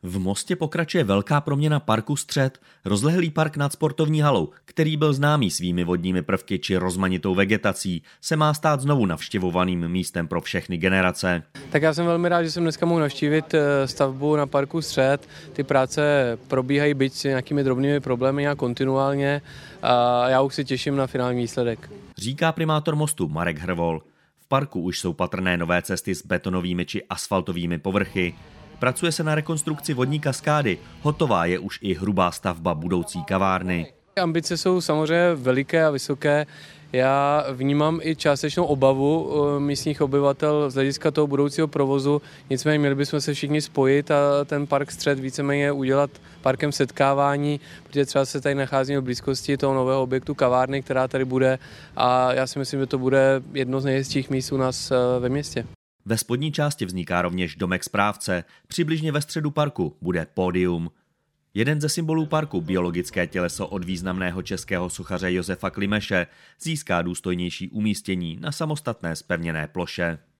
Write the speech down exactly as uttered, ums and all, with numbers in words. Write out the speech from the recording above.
V Mostě pokračuje velká proměna parku Střed. Rozlehlý park nad sportovní halou, který byl známý svými vodními prvky či rozmanitou vegetací, se má stát znovu navštěvovaným místem pro všechny generace. Tak já jsem velmi rád, že jsem dneska mohl navštívit stavbu na parku Střed. Ty práce probíhají byť s nějakými drobnými problémy a kontinuálně a já už se těším na finální výsledek. Říká primátor Mostu Marek Hrvol. V parku už jsou patrné nové cesty s betonovými či asfaltovými povrchy. Pracuje se na rekonstrukci vodní kaskády, hotová je už i hrubá stavba budoucí kavárny. Ambice jsou samozřejmě veliké a vysoké. Já vnímám i částečnou obavu místních obyvatel z hlediska toho budoucího provozu, nicméně měli bychom se všichni spojit a ten park Střed víceméně udělat parkem setkávání, protože třeba se tady nacházíme v blízkosti toho nového objektu kavárny, která tady bude a já si myslím, že to bude jedno z nejhezčích míst u nás ve městě. Ve spodní části vzniká rovněž domek správce, přibližně ve středu parku bude pódium. Jeden ze symbolů parku, biologické těleso od významného českého sochaře Josefa Klimeše, získá důstojnější umístění na samostatné zpevněné ploše.